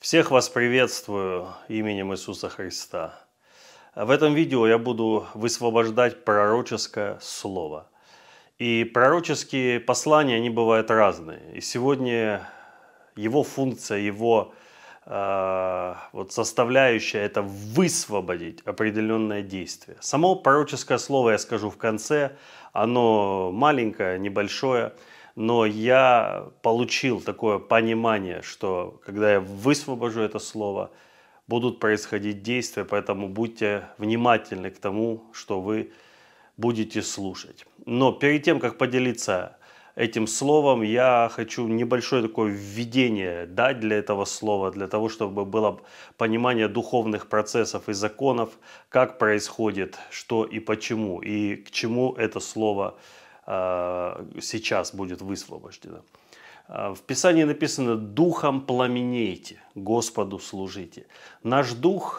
Всех вас приветствую именем Иисуса Христа. В этом видео я буду высвобождать пророческое слово. И пророческие послания, они бывают разные. И сегодня его функция, его составляющая – это высвободить определенное действие. Само пророческое слово я скажу в конце, оно маленькое, небольшое, но я получил такое понимание, что когда я высвобожу это слово, будут происходить действия, поэтому будьте внимательны к тому, что вы будете слушать. Но перед тем, как поделиться этим словом, я хочу небольшое такое введение дать для этого слова, для того, чтобы было понимание духовных процессов и законов, как происходит, что и почему, и к чему это слово сейчас будет высвобождено. В Писании написано: «Духом пламенейте, Господу служите». Наш дух,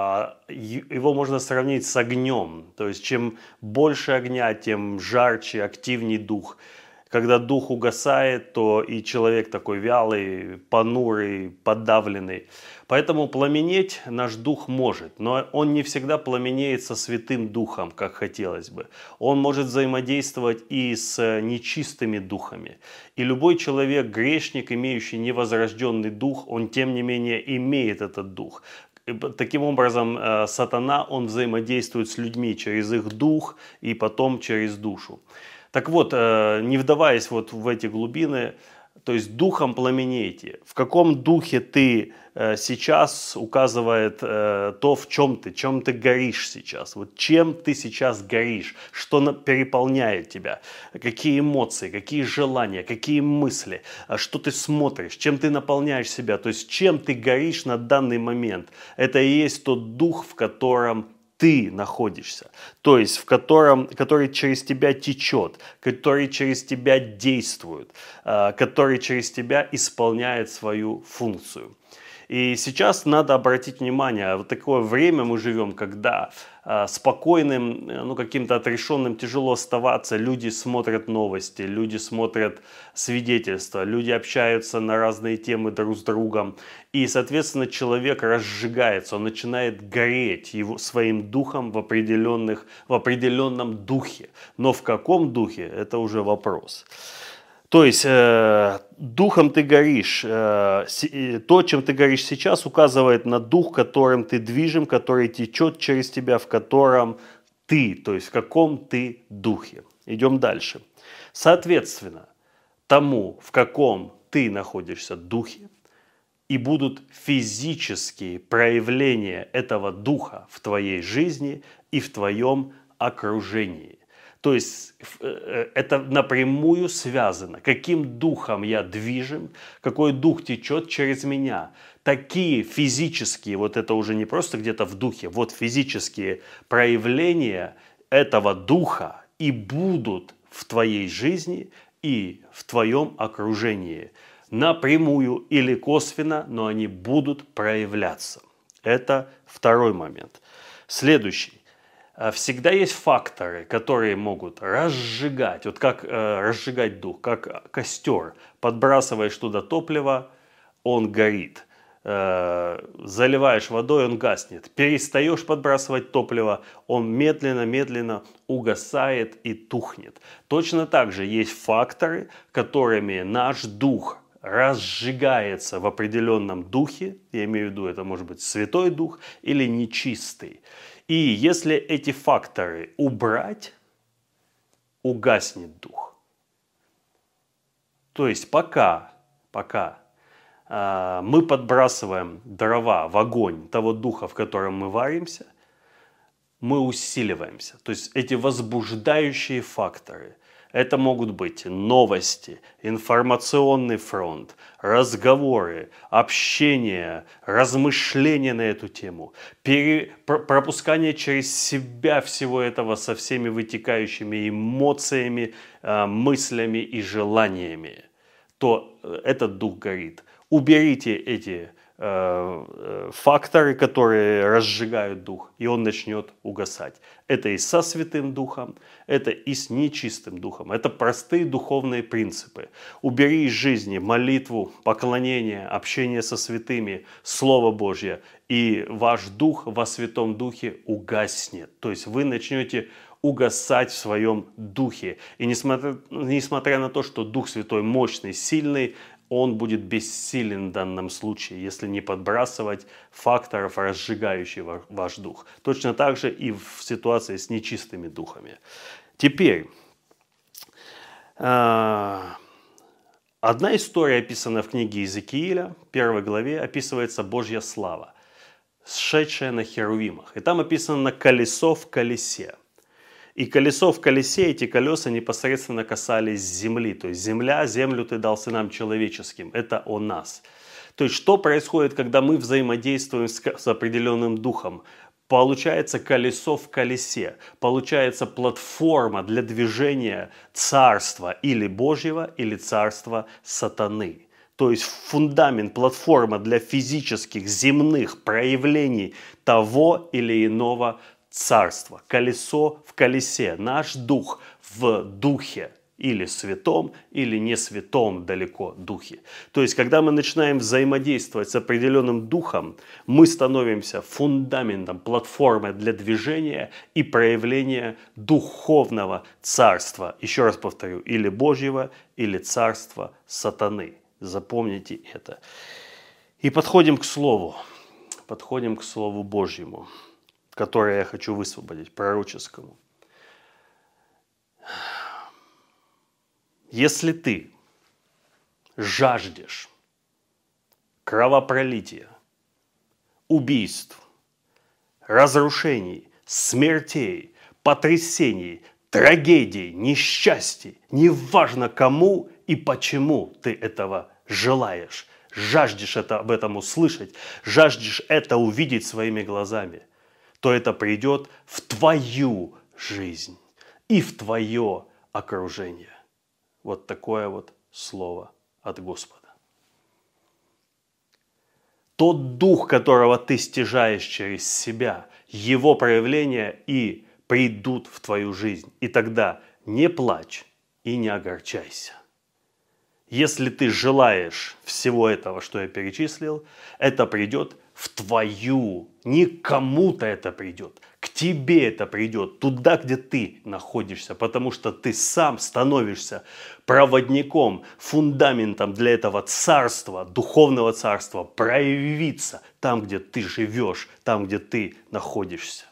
его можно сравнить с огнем. То есть, чем больше огня, тем жарче, активней дух. Когда дух угасает, то и человек такой вялый, понурый, подавленный. Поэтому пламенеть наш дух может, но он не всегда пламенеет со Святым Духом, как хотелось бы. Он может взаимодействовать и с нечистыми духами. И любой человек, грешник, имеющий невозрожденный дух, он тем не менее имеет этот дух. Таким образом, сатана, он взаимодействует с людьми через их дух и потом через душу. Так вот, не вдаваясь вот в эти глубины, то есть духом пламенейте. В каком духе ты сейчас указывает то, в чем ты горишь сейчас. Вот чем ты сейчас горишь, что переполняет тебя, какие эмоции, какие желания, какие мысли, что ты смотришь, чем ты наполняешь себя, то есть чем ты горишь на данный момент. Это и есть тот дух, в котором ты находишься, то есть который через тебя течет, который через тебя действует, который через тебя исполняет свою функцию. И сейчас надо обратить внимание, вот такое время мы живем, когда спокойным, каким-то отрешенным тяжело оставаться. Люди смотрят новости, люди смотрят свидетельства, люди общаются на разные темы друг с другом. И, соответственно, человек разжигается, он начинает гореть своим духом в определенном духе. Но в каком духе, это уже вопрос. То есть духом ты горишь, то, чем ты горишь сейчас, указывает на дух, которым ты движим, который течет через тебя, в котором ты, то есть в каком ты духе. Идем дальше. Соответственно, тому, в каком ты находишься духе, и будут физические проявления этого духа в твоей жизни и в твоем окружении. То есть это напрямую связано. Каким духом я движим, какой дух течет через меня. Такие физические, вот это уже не просто где-то в духе, вот физические проявления этого духа и будут в твоей жизни и в твоем окружении. Напрямую или косвенно, но они будут проявляться. Это второй момент. Следующий. Всегда есть факторы, которые могут разжигать, вот как разжигать дух, как костер. Подбрасываешь туда топливо, он горит. Заливаешь водой, он гаснет. Перестаешь подбрасывать топливо, он медленно-медленно угасает и тухнет. Точно так же есть факторы, которыми наш дух разжигается в определенном духе. Я имею в виду, это может быть Святой Дух или нечистый. И если эти факторы убрать, угаснет дух. То есть пока мы подбрасываем дрова в огонь того духа, в котором мы варимся, мы усиливаемся. То есть эти возбуждающие факторы. Это могут быть новости, информационный фронт, разговоры, общение, размышления на эту тему, пропускание через себя всего этого со всеми вытекающими эмоциями, мыслями и желаниями. То этот дух горит. Уберите эти факторы, которые разжигают дух, и он начнет угасать. Это и со Святым Духом, это и с нечистым духом. Это простые духовные принципы. Убери из жизни молитву, поклонение, общение со святыми, Слово Божье, и ваш дух во Святом Духе угаснет. То есть вы начнете угасать в своем духе. И несмотря на то, что Дух Святой мощный, сильный, он будет бессилен в данном случае, если не подбрасывать факторов, разжигающих ваш дух. Точно так же и в ситуации с нечистыми духами. Теперь, одна история, описана в книге Иезекииля, в 1 главе, описывается Божья слава, сшедшая на херувимах. И там описано колесо в колесе. И колесо в колесе, эти колеса непосредственно касались земли. То есть землю ты дал сынам человеческим. Это о нас. То есть что происходит, когда мы взаимодействуем с определенным духом? Получается колесо в колесе. Получается платформа для движения царства или Божьего, или царства сатаны. То есть фундамент, платформа для физических, земных проявлений того или иного царство, колесо в колесе, наш дух в духе, или святом, или не святом далеко духе. То есть, когда мы начинаем взаимодействовать с определенным духом, мы становимся фундаментом, платформой для движения и проявления духовного царства. Еще раз повторю, или Божьего, или царства сатаны. Запомните это. И подходим к Слову Божьему, которое я хочу высвободить, пророческому. Если ты жаждешь кровопролития, убийств, разрушений, смертей, потрясений, трагедий, несчастий, неважно кому и почему ты этого желаешь, жаждешь об этом услышать, жаждешь это увидеть своими глазами, то это придет в твою жизнь и в твое окружение. Вот такое вот слово от Господа. Тот дух, которого ты стяжаешь через себя, его проявления и придут в твою жизнь. И тогда не плачь и не огорчайся. Если ты желаешь всего этого, что я перечислил, это придет в твою, не кому-то это придет, к тебе это придет, туда, где ты находишься, потому что ты сам становишься проводником, фундаментом для этого царства, духовного царства, проявиться там, где ты живешь, там, где ты находишься.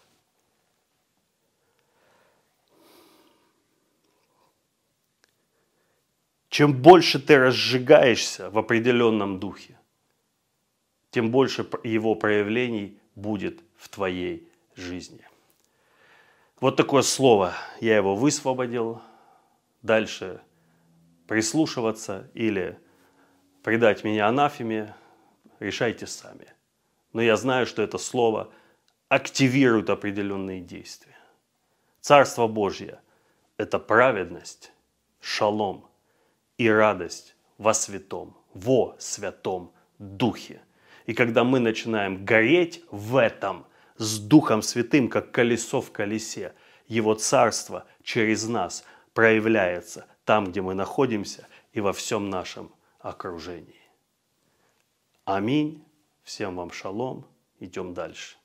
Чем больше ты разжигаешься в определенном духе, тем больше его проявлений будет в твоей жизни. Вот такое слово, я его высвободил. Дальше прислушиваться или предать меня анафеме, решайте сами. Но я знаю, что это слово активирует определенные действия. Царство Божье – это праведность, шалом и радость во Святом Духе. И когда мы начинаем гореть в этом с Духом Святым, как колесо в колесе, Его Царство через нас проявляется там, где мы находимся, и во всем нашем окружении. Аминь. Всем вам шалом. Идем дальше.